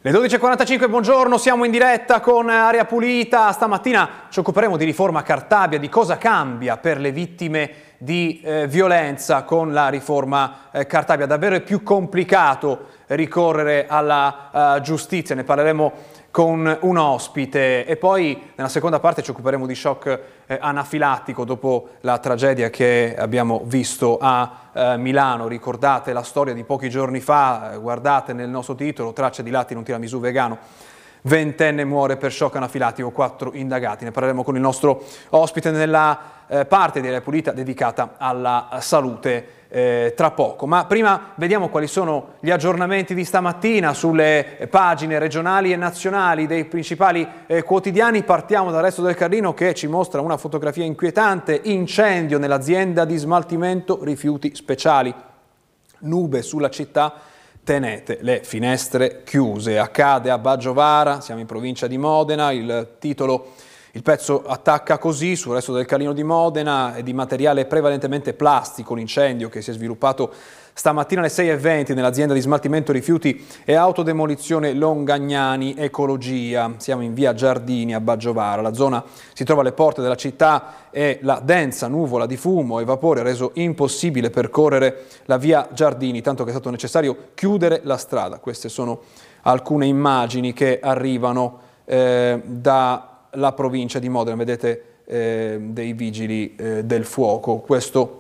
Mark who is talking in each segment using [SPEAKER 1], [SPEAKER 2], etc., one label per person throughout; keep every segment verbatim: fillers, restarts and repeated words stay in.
[SPEAKER 1] Le dodici e quarantacinque, buongiorno, siamo in diretta con Aria Pulita. Stamattina ci occuperemo di riforma Cartabia, di cosa cambia per le vittime di eh, violenza con la riforma eh, Cartabia. Davvero è più complicato ricorrere alla uh, giustizia, ne parleremo con un ospite e poi nella seconda parte ci occuperemo di shock eh, anafilattico dopo la tragedia che abbiamo visto a eh, Milano. Ricordate la storia di pochi giorni fa, eh, guardate nel nostro titolo, tracce di latte in un tiramisù vegano, ventenne muore per shock anafilattico, quattro indagati. Ne parleremo con il nostro ospite nella eh, parte di Aria Pulita dedicata alla salute Eh, tra poco, ma prima vediamo quali sono gli aggiornamenti di stamattina sulle pagine regionali e nazionali dei principali eh, quotidiani. Partiamo dal Resto del Carlino che ci mostra una fotografia inquietante: incendio nell'azienda di smaltimento rifiuti speciali, nube sulla città, tenete le finestre chiuse. Accade a Baggiovara, siamo in provincia di Modena. Il titolo Il pezzo attacca così: sul Resto del Carlino di Modena è di materiale prevalentemente plastico l'incendio che si è sviluppato stamattina alle sei e venti nell'azienda di smaltimento rifiuti e autodemolizione Longagnani Ecologia. Siamo in via Giardini a Baggiovara. La zona si trova alle porte della città e la densa nuvola di fumo e vapore ha reso impossibile percorrere la via Giardini, tanto che è stato necessario chiudere la strada. Queste sono alcune immagini che arrivano eh, da la provincia di Modena, vedete eh, dei vigili eh, del fuoco. Questo,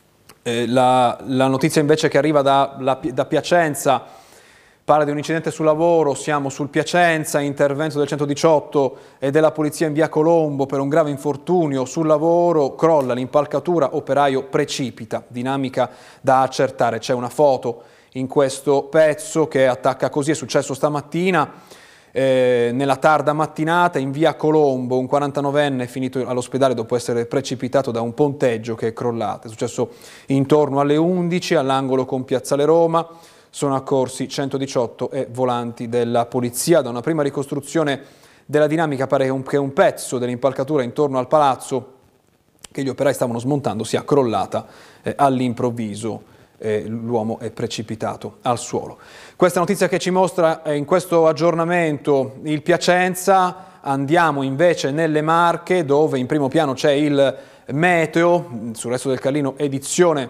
[SPEAKER 1] eh, la, la notizia invece che arriva da, la, da Piacenza parla di un incidente sul lavoro. Siamo sul Piacenza, intervento del centodiciotto e della polizia in via Colombo per un grave infortunio sul lavoro, crolla l'impalcatura, operaio precipita, dinamica da accertare. C'è una foto in questo pezzo che attacca così: è successo stamattina. Eh, nella tarda mattinata in via Colombo un quarantanovenne è finito all'ospedale dopo essere precipitato da un ponteggio che è crollato. È successo intorno alle undici all'angolo con Piazzale Roma. Sono accorsi centodiciotto e volanti della polizia. Da una prima ricostruzione della dinamica pare che un, che un pezzo dell'impalcatura intorno al palazzo che gli operai stavano smontando sia crollata eh, all'improvviso. Eh, l'uomo è precipitato al suolo. Questa notizia che ci mostra eh, in questo aggiornamento il Piacenza. Andiamo invece nelle Marche, dove in primo piano c'è il meteo. Sul Resto del Carlino edizione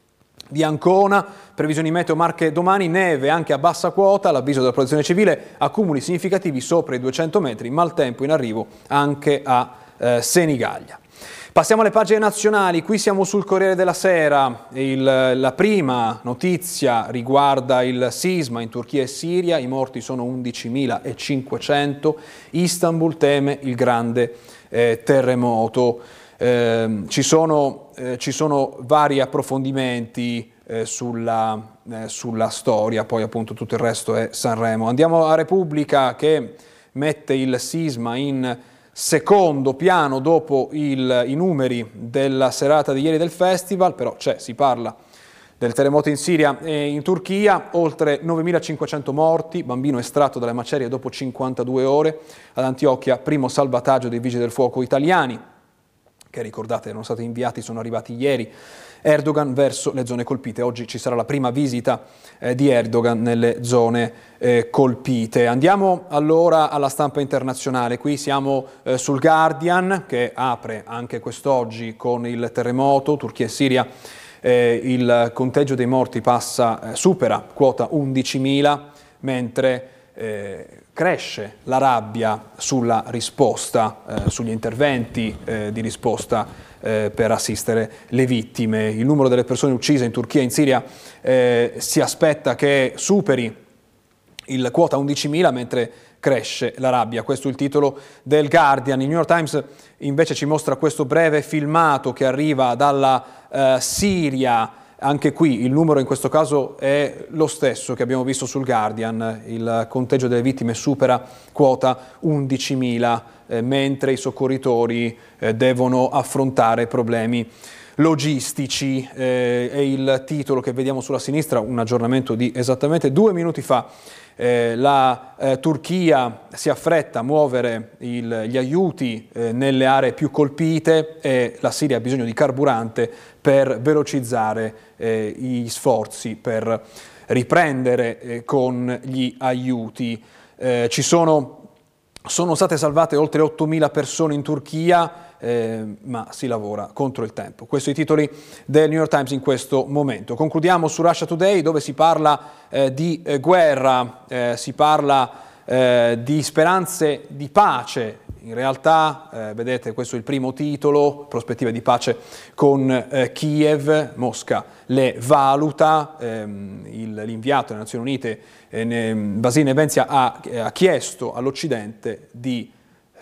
[SPEAKER 1] di Ancona, previsioni meteo Marche domani, neve anche a bassa quota, l'avviso della protezione civile, accumuli significativi sopra i duecento metri, maltempo in arrivo anche a eh, Senigallia. Passiamo alle pagine nazionali, qui siamo sul Corriere della Sera. Il, la prima notizia riguarda il sisma in Turchia e Siria, i morti sono undicimilacinquecento, Istanbul teme il grande eh, terremoto. Eh, ci, sono, eh, ci sono vari approfondimenti eh, sulla, eh, sulla storia, poi appunto tutto il resto è Sanremo. Andiamo a Repubblica che mette il sisma in secondo piano dopo il, i numeri della serata di ieri del festival, però c'è, si parla del terremoto in Siria e in Turchia, oltre novemilacinquecento morti, bambino estratto dalle macerie dopo cinquantadue ore, ad Antiochia primo salvataggio dei vigili del fuoco italiani, che ricordate erano stati inviati, sono arrivati ieri. Erdogan verso le zone colpite. Oggi ci sarà la prima visita eh, di Erdogan nelle zone eh, colpite. Andiamo allora alla stampa internazionale. Qui siamo eh, sul Guardian, che apre anche quest'oggi con il terremoto. Turchia e Siria, eh, il conteggio dei morti passa, eh, supera quota undicimila, mentre eh, cresce la rabbia sulla risposta, eh, sugli interventi eh, di risposta Eh, per assistere le vittime. Il numero delle persone uccise in Turchia e in Siria eh, si aspetta che superi il quota undicimila, mentre cresce la rabbia. Questo è il titolo del Guardian. Il New York Times invece ci mostra questo breve filmato che arriva dalla eh, Siria. Anche qui il numero in questo caso è lo stesso che abbiamo visto sul Guardian, il conteggio delle vittime supera quota undicimila, eh, mentre i soccorritori eh, devono affrontare problemi logistici. Eh, è il titolo che vediamo sulla sinistra, un aggiornamento di esattamente due minuti fa. Eh, la eh, Turchia si affretta a muovere il, gli aiuti eh, nelle aree più colpite e la Siria ha bisogno di carburante per velocizzare eh, gli sforzi per riprendere eh, con gli aiuti. eh, ci sono, sono state salvate oltre ottomila persone in Turchia, eh, ma si lavora contro il tempo. Questi sono i titoli del New York Times in questo momento. Concludiamo su Russia Today, dove si parla eh, di eh, guerra, eh, si parla eh, di speranze di pace. In realtà, eh, vedete, questo è il primo titolo, prospettive di pace con eh, Kiev. Mosca le valuta, ehm, il, l'inviato delle Nazioni Unite, eh, ne, Vasile Nevencia, ha, eh, ha chiesto all'Occidente di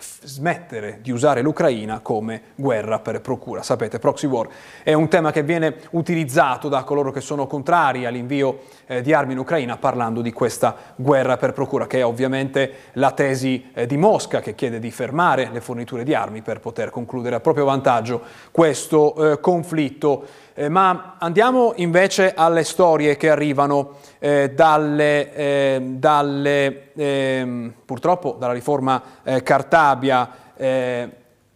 [SPEAKER 1] smettere di usare l'Ucraina come guerra per procura. Sapete, proxy war è un tema che viene utilizzato da coloro che sono contrari all'invio eh, di armi in Ucraina, parlando di questa guerra per procura, che è ovviamente la tesi eh, di Mosca, che chiede di fermare le forniture di armi per poter concludere a proprio vantaggio questo eh, conflitto. Eh, ma andiamo invece alle storie che arrivano eh, dalle, eh, dalle eh, purtroppo dalla riforma eh, Cartabia. Eh,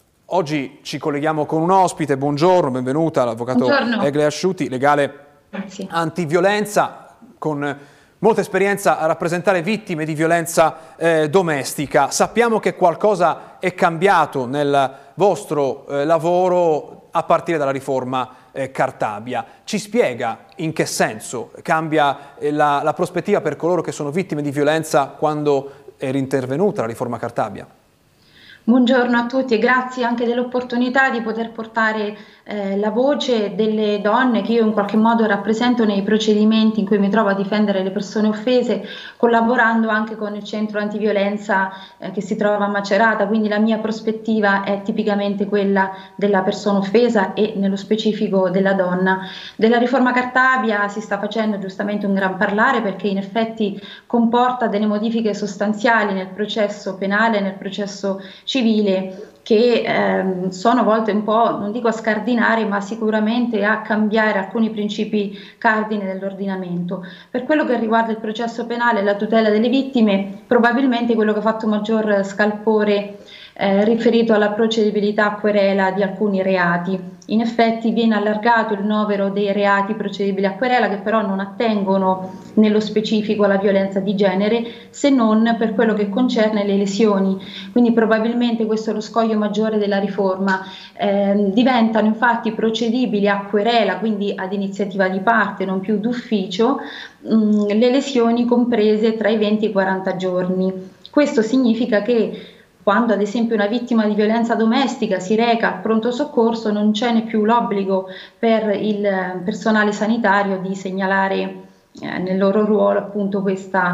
[SPEAKER 1] oggi ci colleghiamo con un ospite. Buongiorno, benvenuta, l'avvocato Egle Asciuti, legale
[SPEAKER 2] Grazie.
[SPEAKER 1] antiviolenza, con molta esperienza a rappresentare vittime di violenza eh, domestica. Sappiamo che qualcosa è cambiato nel vostro eh, lavoro a partire dalla riforma eh, Cartabia. Ci spiega in che senso cambia eh, la, la prospettiva per coloro che sono vittime di violenza quando è intervenuta la riforma Cartabia?
[SPEAKER 2] Buongiorno a tutti e grazie anche dell'opportunità di poter portare eh, la voce delle donne che io in qualche modo rappresento nei procedimenti in cui mi trovo a difendere le persone offese, collaborando anche con il centro antiviolenza eh, che si trova a Macerata. Quindi la mia prospettiva è tipicamente quella della persona offesa e nello specifico della donna. Della riforma Cartabia si sta facendo giustamente un gran parlare, perché in effetti comporta delle modifiche sostanziali nel processo penale, nel processo civile, che ehm, sono volte un po', non dico a scardinare, ma sicuramente a cambiare alcuni principi cardine dell'ordinamento. Per quello che riguarda il processo penale e la tutela delle vittime, probabilmente quello che ha fatto maggior scalpore eh, riferito alla procedibilità a querela di alcuni reati. In effetti viene allargato il novero dei reati procedibili a querela, che però non attengono nello specifico alla violenza di genere, se non per quello che concerne le lesioni. Quindi probabilmente questo è lo scoglio maggiore della riforma. Eh, diventano infatti procedibili a querela, quindi ad iniziativa di parte, non più d'ufficio, mh, le lesioni comprese tra i venti e i quaranta giorni. Questo significa che quando ad esempio una vittima di violenza domestica si reca al pronto soccorso, non c'è ne più l'obbligo per il personale sanitario di segnalare eh, nel loro ruolo appunto questa,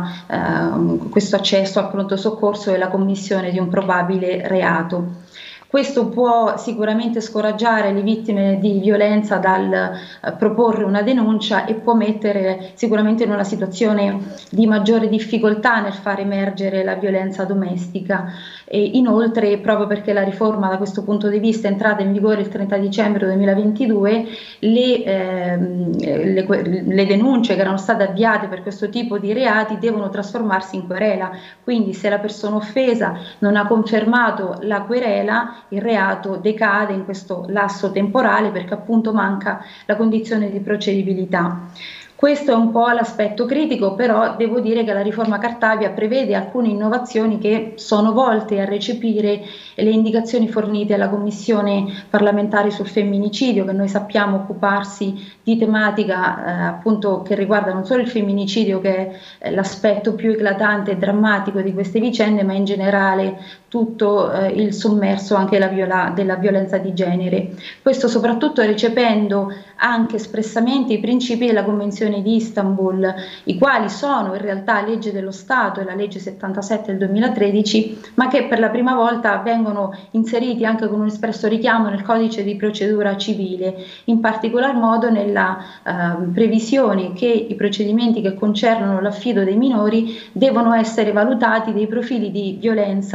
[SPEAKER 2] eh, questo accesso al pronto soccorso e la commissione di un probabile reato. Questo può sicuramente scoraggiare le vittime di violenza dal eh, proporre una denuncia e può mettere sicuramente in una situazione di maggiore difficoltà nel far emergere la violenza domestica. E inoltre, proprio perché la riforma da questo punto di vista è entrata in vigore il trenta dicembre duemilaventidue, le, ehm, le, le denunce che erano state avviate per questo tipo di reati devono trasformarsi in querela. Quindi se la persona offesa non ha confermato la querela, il reato decade in questo lasso temporale, perché appunto manca la condizione di procedibilità. Questo è un po' l'aspetto critico, però devo dire che la riforma Cartabia prevede alcune innovazioni che sono volte a recepire le indicazioni fornite alla Commissione parlamentare sul femminicidio, che noi sappiamo occuparsi di tematica eh, appunto che riguarda non solo il femminicidio, che è l'aspetto più eclatante e drammatico di queste vicende, ma in generale tutto eh, il sommerso anche la viola, della violenza di genere. Questo soprattutto recependo anche espressamente i principi della Convenzione di Istanbul, i quali sono in realtà legge dello Stato e la legge settantasette del duemilatredici, ma che per la prima volta vengono inseriti anche con un espresso richiamo nel codice di procedura civile, in particolar modo nella eh, previsione che i procedimenti che concernono l'affido dei minori devono essere valutati dei profili di violenza anche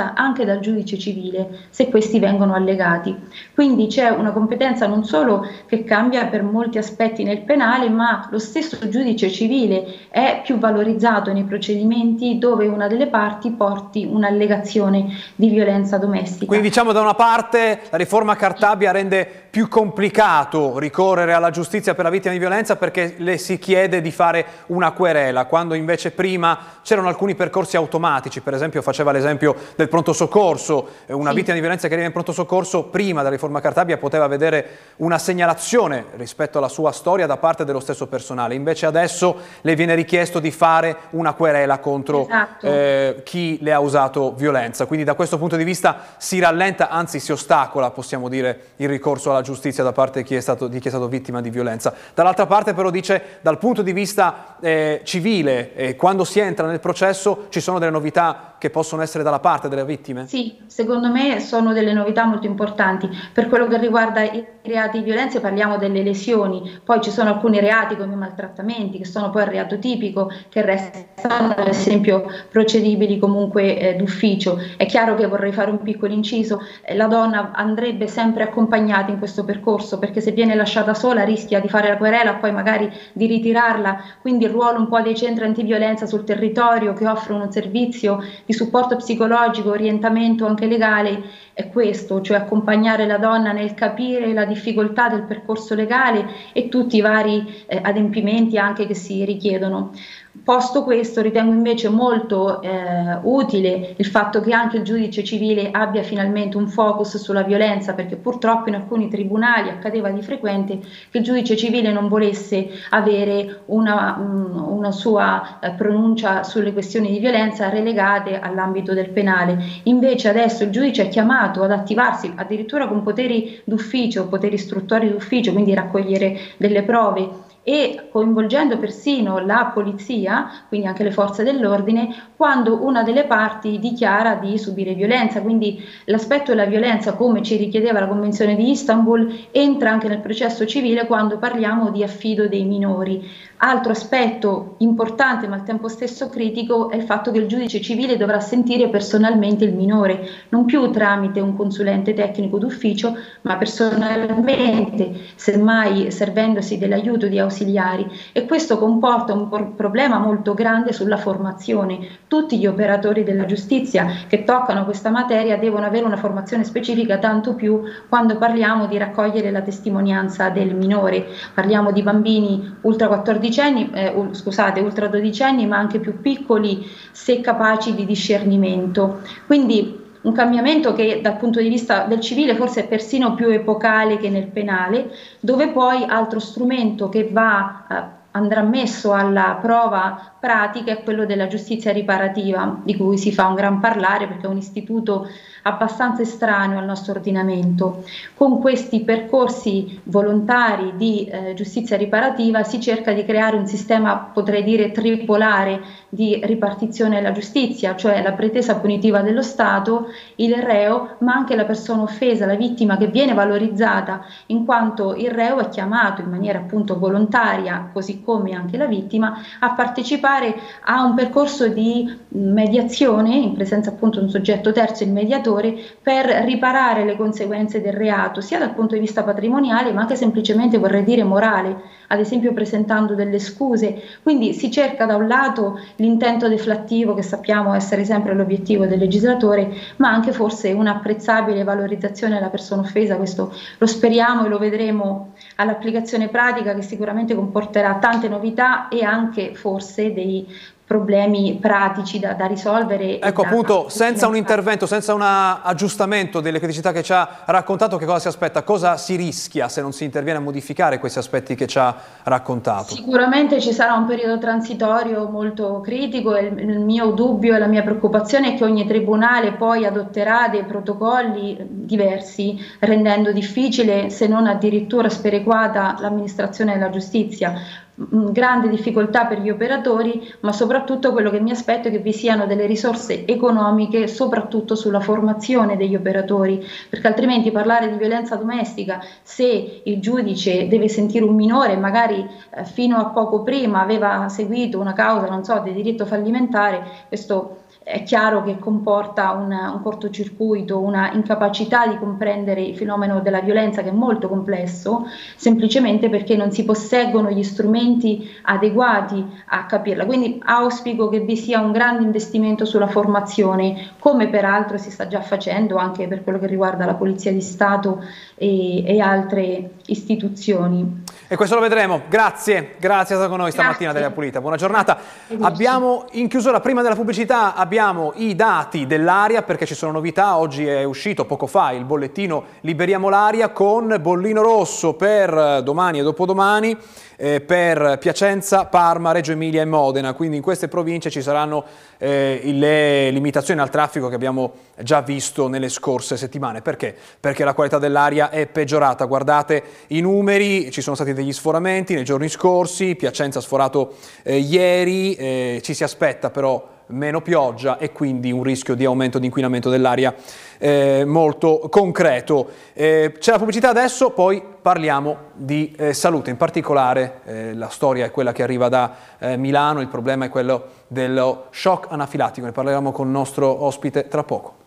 [SPEAKER 2] anche dal giudice civile se questi vengono allegati. Quindi c'è una competenza non solo che cambia per molti aspetti nel penale, ma lo stesso giudice civile è più valorizzato nei procedimenti dove una delle parti porti un'allegazione di violenza domestica.
[SPEAKER 1] Quindi diciamo da una parte la riforma Cartabia rende più complicato ricorrere alla giustizia per la vittima di violenza perché le si chiede di fare una querela, quando invece prima c'erano alcuni percorsi automatici, per esempio faceva l'esempio del pronto soccorso, una sì. vittima di violenza che arriva in pronto soccorso prima della riforma Cartabia poteva vedere una segnalazione rispetto alla sua storia da parte dello stesso personale, invece adesso le viene richiesto di fare una querela contro esatto. eh, chi le ha usato violenza, quindi da questo punto di vista si rallenta, anzi si ostacola, possiamo dire, il ricorso alla giustizia da parte di chi è stato, di chi è stato vittima di violenza. Dall'altra parte però dice dal punto di vista eh, civile, eh, quando si entra nel processo ci sono delle novità che possono essere dalla parte delle vittime?
[SPEAKER 2] Sì, secondo me sono delle novità molto importanti. Per quello che riguarda i reati di violenza parliamo delle lesioni, poi ci sono alcuni reati come i maltrattamenti che sono poi il reato tipico che restano ad esempio procedibili comunque eh, d'ufficio. È chiaro che vorrei fare un piccolo inciso, eh, la donna andrebbe sempre accompagnata in questo percorso perché se viene lasciata sola rischia di fare la querela poi magari di ritirarla, quindi il ruolo un po' dei centri antiviolenza sul territorio che offrono un servizio di supporto psicologico, orientamento anche legale è questo, cioè accompagnare la donna nel capire la difficoltà del percorso legale e tutti i vari eh, adempimenti anche che si richiedono. Posto questo, ritengo invece molto eh, utile il fatto che anche il giudice civile abbia finalmente un focus sulla violenza, perché purtroppo in alcuni tribunali accadeva di frequente che il giudice civile non volesse avere una, una sua eh, pronuncia sulle questioni di violenza relegate all'ambito del penale. Invece adesso il giudice è chiamato ad attivarsi addirittura con poteri d'ufficio, poteri istruttori d'ufficio, quindi raccogliere delle prove, e coinvolgendo persino la polizia, quindi anche le forze dell'ordine, quando una delle parti dichiara di subire violenza. Quindi l'aspetto della violenza, come ci richiedeva la Convenzione di Istanbul, entra anche nel processo civile quando parliamo di affido dei minori. Altro aspetto importante ma al tempo stesso critico è il fatto che il giudice civile dovrà sentire personalmente il minore, non più tramite un consulente tecnico d'ufficio, ma personalmente, semmai servendosi dell'aiuto di ausiliari, e questo comporta un problema molto grande sulla formazione. Tutti gli operatori della giustizia che toccano questa materia devono avere una formazione specifica, tanto più quando parliamo di raccogliere la testimonianza del minore. Parliamo di bambini ultra quattordicenni, eh, scusate, ultra dodicenni, ma anche più piccoli se capaci di discernimento. Quindi un cambiamento che dal punto di vista del civile forse è persino più epocale che nel penale, dove poi altro strumento che va, eh, andrà messo alla prova pratica è quello della giustizia riparativa, di cui si fa un gran parlare perché è un istituto abbastanza estraneo al nostro ordinamento. Con questi percorsi volontari di eh, giustizia riparativa si cerca di creare un sistema, potrei dire, tripolare di ripartizione della giustizia, cioè la pretesa punitiva dello Stato, il reo, ma anche la persona offesa, la vittima, che viene valorizzata in quanto il reo è chiamato in maniera appunto volontaria, così come anche la vittima, a partecipare a un percorso di mediazione in presenza appunto di un soggetto terzo, il mediatore, per riparare le conseguenze del reato, sia dal punto di vista patrimoniale ma anche semplicemente, vorrei dire, morale, ad esempio presentando delle scuse. Quindi si cerca da un lato l'intento deflattivo, che sappiamo essere sempre l'obiettivo del legislatore, ma anche forse un'apprezzabile valorizzazione della persona offesa. Questo lo speriamo e lo vedremo all'applicazione pratica, che sicuramente comporterà tante novità e anche forse dei problemi pratici da, da risolvere.
[SPEAKER 1] Ecco,
[SPEAKER 2] da,
[SPEAKER 1] appunto,
[SPEAKER 2] da
[SPEAKER 1] senza un intervento, senza un aggiustamento delle criticità che ci ha raccontato, che cosa si aspetta? Cosa si rischia se non si interviene a modificare questi aspetti che ci ha raccontato?
[SPEAKER 2] Sicuramente ci sarà un periodo transitorio molto critico e il, il mio dubbio e la mia preoccupazione è che ogni tribunale poi adotterà dei protocolli diversi, rendendo difficile, se non addirittura sperequata, l'amministrazione della giustizia. Grande difficoltà per gli operatori, ma soprattutto quello che mi aspetto è che vi siano delle risorse economiche soprattutto sulla formazione degli operatori, perché altrimenti parlare di violenza domestica, se il giudice deve sentire un minore, magari eh, fino a poco prima aveva seguito una causa, non so, di diritto fallimentare, questo è chiaro che comporta una, un cortocircuito, una incapacità di comprendere il fenomeno della violenza, che è molto complesso, semplicemente perché non si posseggono gli strumenti adeguati a capirla. Quindi auspico che vi sia un grande investimento sulla formazione, come peraltro si sta già facendo anche per quello che riguarda la Polizia di Stato e, e altre istituzioni.
[SPEAKER 1] E questo lo vedremo. Grazie, grazie, è stato con noi stamattina Aria Pulita. Buona giornata. Abbiamo in chiusura, prima della pubblicità, abbiamo i dati dell'aria perché ci sono novità. Oggi è uscito poco fa il bollettino Liberiamo l'aria con bollino rosso per domani e dopodomani, eh, per Piacenza, Parma, Reggio Emilia e Modena. Quindi in queste province ci saranno eh, le limitazioni al traffico che abbiamo già visto nelle scorse settimane. Perché? Perché la qualità dell'aria è peggiorata. Guardate i numeri, ci sono stati degli sforamenti nei giorni scorsi, Piacenza ha sforato eh, ieri, eh, ci si aspetta però meno pioggia e quindi un rischio di aumento di inquinamento dell'aria eh, molto concreto. Eh, c'è la pubblicità adesso, poi parliamo di eh, salute, in particolare eh, la storia è quella che arriva da eh, Milano, il problema è quello dello shock anafilattico, ne parleremo con il nostro ospite tra poco.